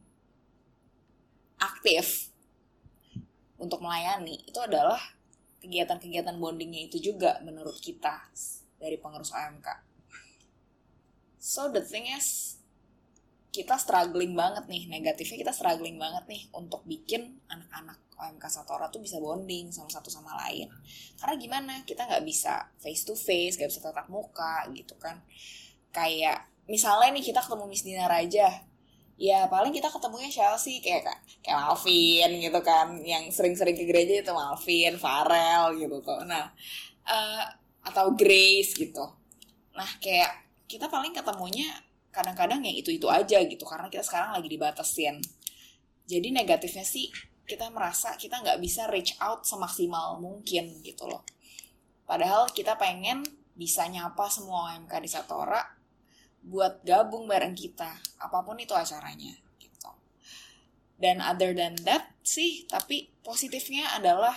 S4: aktif untuk melayani, itu adalah kegiatan-kegiatan bondingnya itu juga menurut kita dari pengurus O M K. So the thing is, kita struggling banget nih, negatifnya kita struggling banget nih untuk bikin anak-anak O M K Satora tuh bisa bonding sama satu sama lain. Karena gimana, kita nggak bisa face to face, nggak bisa tatap muka gitu kan. Kayak misalnya nih kita ketemu Miss Dinar aja, ya paling kita ketemunya siapa sih, kayak kayak Malvin gitu kan, yang sering-sering ke gereja itu Malvin, Farel gitu tuh. Nah uh, atau Grace gitu. Nah kayak kita paling ketemunya kadang-kadang yang itu-itu aja gitu, karena kita sekarang lagi dibatasin. Jadi negatifnya sih kita merasa kita nggak bisa reach out semaksimal mungkin gitu loh. Padahal kita pengen bisa nyapa semua O M K di Satora buat gabung bareng kita, apapun itu acaranya gitu. Dan other than that sih, tapi positifnya adalah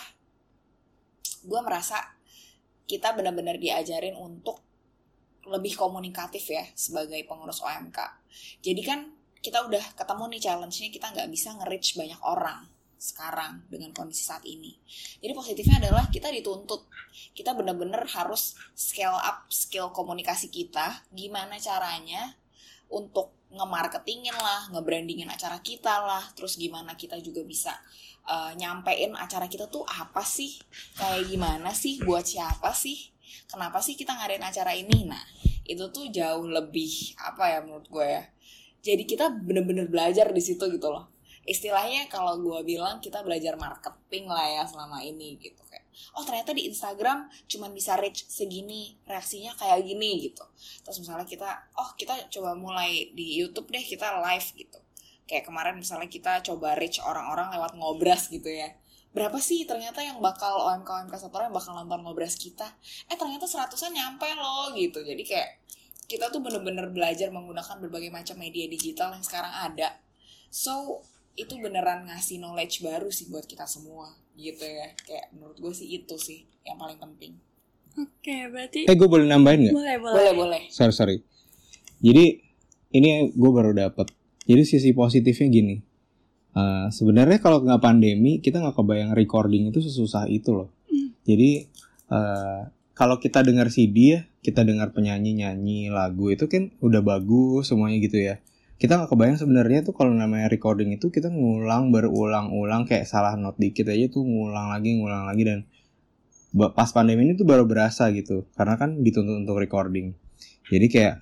S4: gue merasa kita benar-benar diajarin untuk lebih komunikatif ya sebagai pengurus O M K. Jadi kan kita udah ketemu nih challenge-nya, kita nggak bisa nge-reach banyak orang sekarang dengan kondisi saat ini. Jadi positifnya adalah kita dituntut, kita benar-benar harus scale up skill komunikasi kita, gimana caranya untuk nge-marketingin lah, nge-brandingin acara kita lah, terus gimana kita juga bisa uh, nyampein acara kita tuh apa sih, kayak gimana sih, buat siapa sih, kenapa sih kita ngadain acara ini. Nah itu tuh jauh lebih apa ya menurut gue ya, jadi kita bener-bener belajar di situ gitu loh. Istilahnya kalau gue bilang kita belajar marketing lah ya selama ini gitu, kayak oh ternyata di Instagram cuman bisa reach segini, reaksinya kayak gini gitu. Terus misalnya kita oh kita coba mulai di YouTube deh, kita live gitu. Kayak kemarin misalnya kita coba reach orang-orang lewat Ngobras gitu ya, berapa sih ternyata yang bakal O M K O M K Satora yang bakal nonton Ngobras kita, eh ternyata seratusan nyampe loh gitu. Jadi kayak kita tuh bener-bener belajar menggunakan berbagai macam media digital yang sekarang ada. So itu beneran ngasih knowledge baru sih buat kita semua gitu ya. Kayak menurut gue sih itu sih yang paling penting.
S1: Oke, berarti
S3: Eh gue boleh nambahin nggak?
S1: boleh boleh.
S4: Boleh boleh.
S3: Sorry sorry. Jadi ini gue baru dapet. Jadi sisi positifnya gini. Uh, sebenarnya kalau nggak pandemi kita nggak kebayang recording itu sesusah itu loh. Mm. Jadi uh, kalau kita dengar C D ya, kita dengar penyanyi nyanyi lagu itu kan udah bagus semuanya gitu ya. Kita nggak kebayang sebenarnya tuh kalau namanya recording itu kita ngulang berulang-ulang, kayak salah note dikit aja tuh ngulang lagi ngulang lagi, dan pas pandemi ini tuh baru berasa gitu karena kan dituntut untuk recording. Jadi kayak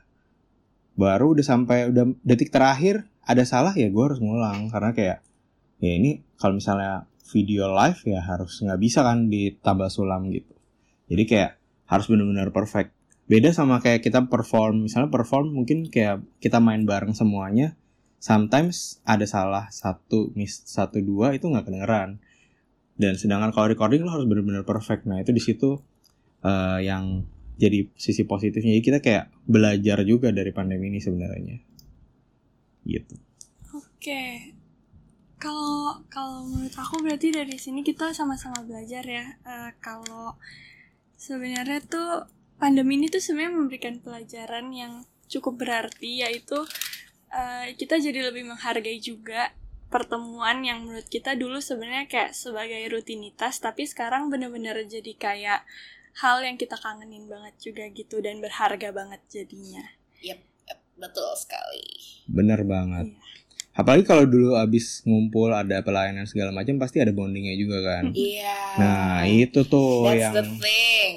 S3: baru udah sampai udah detik terakhir ada salah ya gue harus ngulang, karena kayak ya ini kalau misalnya video live ya harus nggak bisa kan ditambah sulam gitu. Jadi kayak harus benar-benar perfect. Beda sama kayak kita perform, misalnya perform mungkin kayak kita main bareng semuanya, sometimes ada salah satu, miss satu dua itu nggak kedengeran. Dan sedangkan kalau recording lo harus benar-benar perfect. Nah itu di situ uh, yang jadi sisi positifnya. Jadi kita kayak belajar juga dari pandemi ini sebenarnya. Gitu.
S1: Oke, kalau kalau menurut aku berarti dari sini kita sama-sama belajar ya. Uh, kalau sebenarnya tuh pandemi ini tuh sebenarnya memberikan pelajaran yang cukup berarti, yaitu uh, kita jadi lebih menghargai juga pertemuan yang menurut kita dulu sebenarnya kayak sebagai rutinitas, tapi sekarang benar-benar jadi kayak hal yang kita kangenin banget juga gitu, dan berharga banget jadinya.
S4: Yep, yep, betul sekali.
S3: Bener banget.
S1: Iya.
S3: Apalagi kalau dulu abis ngumpul ada pelayanan segala macam pasti ada bondingnya juga kan.
S4: Iya.
S3: Nah itu tuh
S4: That's
S3: yang
S4: the thing.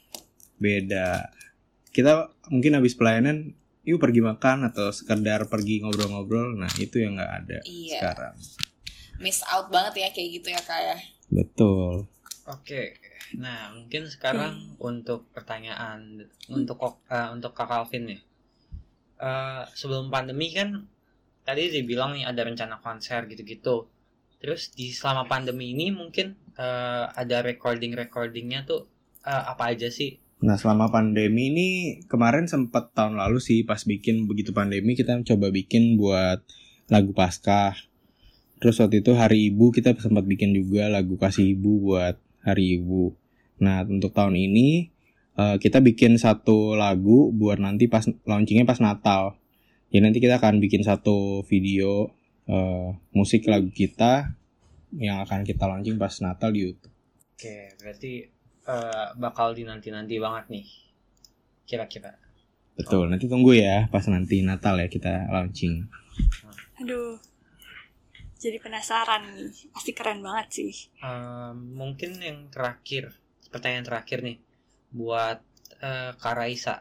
S3: Beda. Kita mungkin abis pelayanan yuk pergi makan atau sekedar pergi ngobrol-ngobrol. Nah itu yang gak ada
S4: iya.
S3: sekarang.
S4: Miss out banget ya kayak gitu ya kayak.
S3: Betul.
S2: Oke, nah mungkin sekarang hmm. untuk pertanyaan untuk uh, untuk Kak Calvin nih. Uh, sebelum pandemi kan tadi dibilang nih ada rencana konser gitu-gitu. Terus di selama pandemi ini mungkin uh, ada recording-recordingnya tuh uh, apa aja sih?
S3: Nah selama pandemi ini kemarin sempat tahun lalu sih pas bikin begitu pandemi kita coba bikin buat lagu Paskah. Terus waktu itu Hari Ibu kita sempat bikin juga lagu Kasih Ibu buat Hari Ibu. Nah untuk tahun ini uh, kita bikin satu lagu buat nanti pas launchingnya pas Natal. Jadi nanti kita akan bikin satu video uh, musik lagu kita yang akan kita launching pas Natal di YouTube.
S2: Oke, berarti uh, bakal dinanti-nanti banget nih, kira-kira.
S3: Betul, nanti tunggu ya pas nanti Natal ya kita launching.
S1: Aduh, jadi penasaran nih, pasti keren banget sih.
S2: Uh, mungkin yang terakhir, pertanyaan terakhir nih buat uh, Kak Raisa.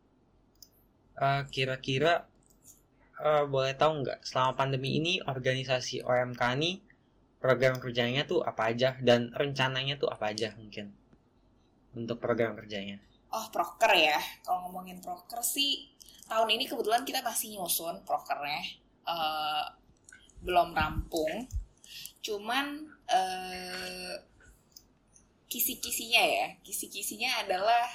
S2: Uh, kira-kira uh, boleh tahu nggak selama pandemi ini organisasi O M K ini program kerjanya tuh apa aja dan rencananya tuh apa aja mungkin untuk program kerjanya?
S4: Oh, proker ya. Kalau ngomongin proker sih, tahun ini kebetulan kita masih nyusun prokernya. Uh, belum rampung. Cuman uh, kisi-kisinya ya. Kisi-kisinya adalah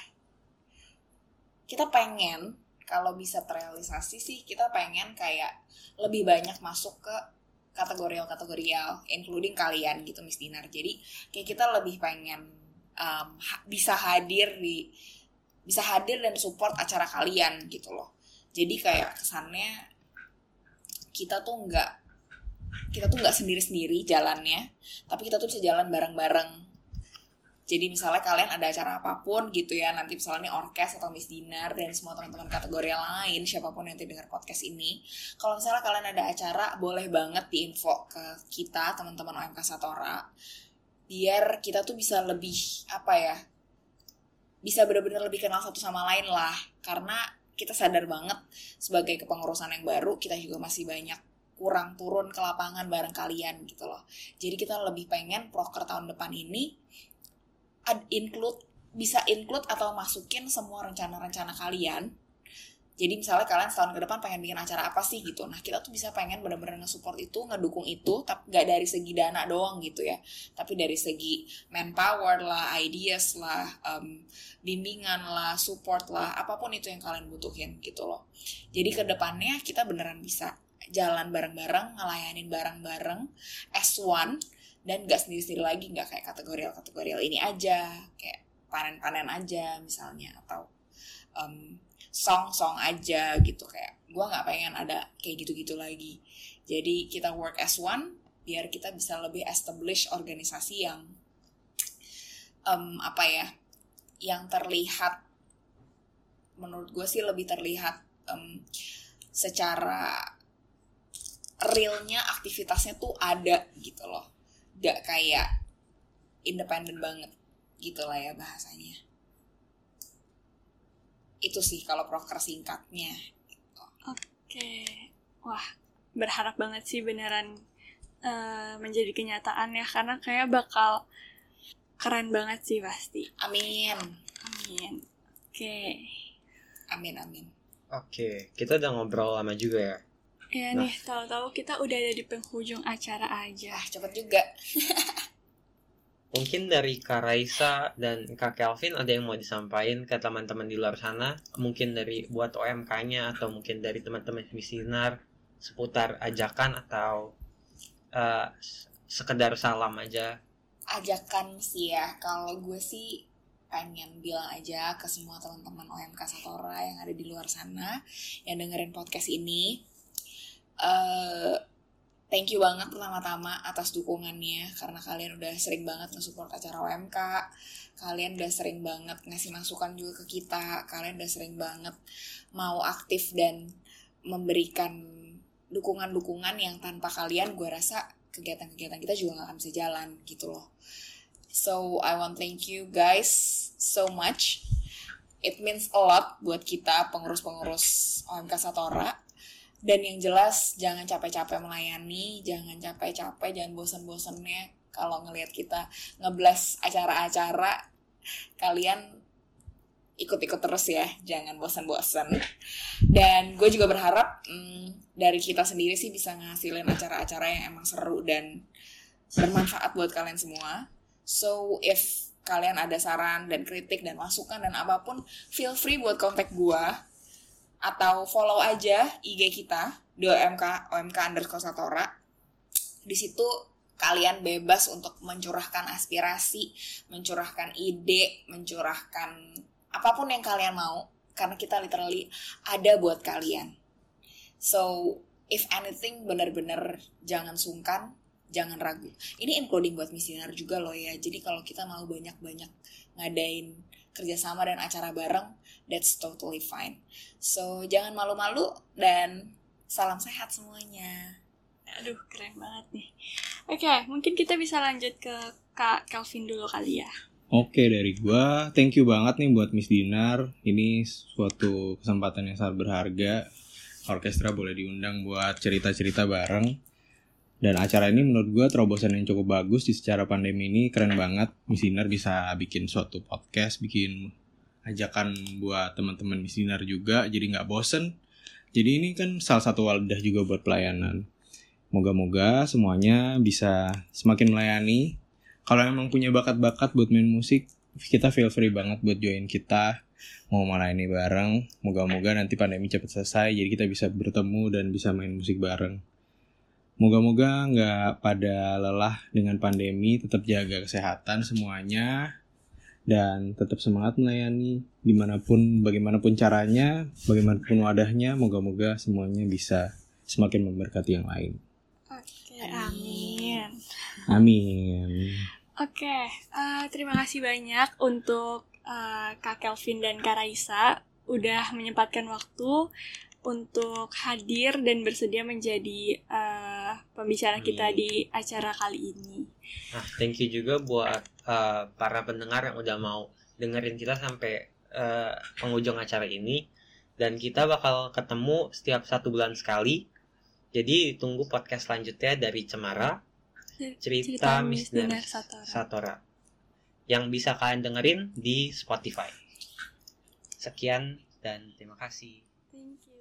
S4: kita pengen, kalau bisa terrealisasi sih, kita pengen kayak lebih banyak masuk ke kategorial-kategorial, including kalian gitu, Miss Dinar. Jadi kayak kita lebih pengen um, ha- bisa hadir di bisa hadir dan support acara kalian gitu loh. Jadi kayak kesannya kita tuh nggak kita tuh nggak sendiri-sendiri jalannya, tapi kita tuh bisa jalan bareng-bareng. Jadi misalnya kalian ada acara apapun gitu ya, nanti misalnya orkes atau Miss Dinar dan semua teman-teman kategori lain, siapapun yang nanti dengar podcast ini, kalau misalnya kalian ada acara, boleh banget diinfo ke kita teman-teman O M K Satora, biar kita tuh bisa lebih apa ya, bisa benar-benar lebih kenal satu sama lain lah. Karena kita sadar banget sebagai kepengurusan yang baru, kita juga masih banyak kurang turun ke lapangan bareng kalian gitu loh. Jadi kita lebih pengen proker tahun depan ini ad include bisa include atau masukin semua rencana-rencana kalian. Jadi misalnya kalian setahun ke depan pengen bikin acara apa sih gitu. Nah kita tuh bisa pengen benar-benar nge-support itu, ngedukung itu, tapi gak dari segi dana doang gitu ya, tapi dari segi manpower lah, ideas lah, um, bimbingan lah, support lah, apapun itu yang kalian butuhin gitu loh. Jadi ke depannya kita beneran bisa jalan bareng-bareng, ngelayanin bareng-bareng as one, dan gak sendiri-sendiri lagi, gak kayak kategorial-kategorial ini aja, kayak panen-panen aja misalnya, atau um, song-song aja gitu. Kayak gue nggak pengen ada kayak gitu-gitu lagi. Jadi kita work as one biar kita bisa lebih establish organisasi yang um, apa ya, yang terlihat, menurut gue sih lebih terlihat um, secara realnya aktivitasnya tuh ada gitu loh, nggak kayak independen banget gitu lah ya bahasanya. Itu sih kalau proker singkatnya gitu.
S1: Oke, wah berharap banget sih beneran uh, menjadi kenyataan ya, karena kayak bakal keren banget sih pasti.
S4: Amin.
S1: Amin. Oke.
S4: Amin amin.
S2: Oke, kita udah ngobrol lama juga ya.
S1: Ya nah. Nih, tahu-tahu kita udah ada di penghujung acara aja.
S4: Ah, cepet juga.
S2: Mungkin dari Kak Raisa dan Kak Kelvin ada yang mau disampaikan ke teman-teman di luar sana, mungkin dari buat O M K-nya atau mungkin dari teman-teman Miss Dinar seputar ajakan atau uh, sekedar salam aja.
S4: Ajakan sih ya, kalau gue sih pengen bilang aja ke semua teman-teman O M K Satora yang ada di luar sana yang dengerin podcast ini, uh, thank you banget pertama-tama atas dukungannya, karena kalian udah sering banget nge-support acara O M K, kalian udah sering banget ngasih masukan juga ke kita, kalian udah sering banget mau aktif dan memberikan dukungan-dukungan yang tanpa kalian gue rasa kegiatan-kegiatan kita juga gak akan bisa jalan gitu loh. So I want thank you guys so much. It means a lot buat kita pengurus-pengurus O M K Satora. Dan yang jelas jangan capek-capek melayani, jangan capek-capek, jangan bosan-bosannya kalau ngelihat kita nge-blast acara-acara, kalian ikut-ikut terus ya, jangan bosan-bosan. Dan gue juga berharap hmm, dari kita sendiri sih bisa ngasilin acara-acara yang emang seru dan bermanfaat buat kalian semua. So if kalian ada saran dan kritik dan masukan dan apapun, feel free buat kontak gue. Atau follow aja I G kita di O M K O M K underscore Satora. Di situ kalian bebas untuk mencurahkan aspirasi, mencurahkan ide, mencurahkan apapun yang kalian mau, karena kita literally ada buat kalian. So if anything, benar-benar jangan sungkan jangan ragu. Ini including buat Miss Dinar juga loh ya. Jadi kalau kita mau banyak-banyak ngadain kerjasama dan acara bareng, that's totally fine. So jangan malu-malu dan salam sehat semuanya.
S1: Aduh, keren banget nih. Oke, okay, mungkin kita bisa lanjut ke Kak Calvin dulu kali ya.
S3: Oke, dari gua thank you banget nih buat Miss Dinar. Ini suatu kesempatan yang sangat berharga. Orkestra boleh diundang buat cerita-cerita bareng. Dan acara ini menurut gue terobosan yang cukup bagus di secara pandemi ini, keren banget. Miss Dinar bisa bikin suatu podcast, bikin ajakan buat teman-teman Miss Dinar juga, jadi nggak bosen. Jadi ini kan salah satu wadah juga buat pelayanan. Moga-moga semuanya bisa semakin melayani. Kalau emang punya bakat-bakat buat main musik, kita feel free banget buat join kita. Mau melayani bareng. Moga-moga nanti pandemi cepat selesai, jadi kita bisa bertemu dan bisa main musik bareng. Moga-moga nggak pada lelah dengan pandemi, tetap jaga kesehatan semuanya, dan tetap semangat melayani dimanapun, bagaimanapun caranya, bagaimanapun wadahnya. Moga-moga semuanya bisa semakin memberkati yang lain.
S1: Oke, amin.
S3: Amin.
S1: Oke, uh, terima kasih banyak untuk uh, Kak Calvin dan Kak Raisa udah menyempatkan waktu untuk hadir dan bersedia menjadi uh, pembicara kita di acara kali ini.
S2: Nah, thank you juga buat uh, para pendengar yang udah mau dengerin kita sampai uh, penghujung acara ini. Dan kita bakal ketemu setiap satu bulan sekali. Jadi tunggu podcast selanjutnya dari Cemara, Cerita, Cerita Miss Dinar Satora. Satora, yang bisa kalian dengerin di Spotify. Sekian dan terima kasih.
S1: Thank you.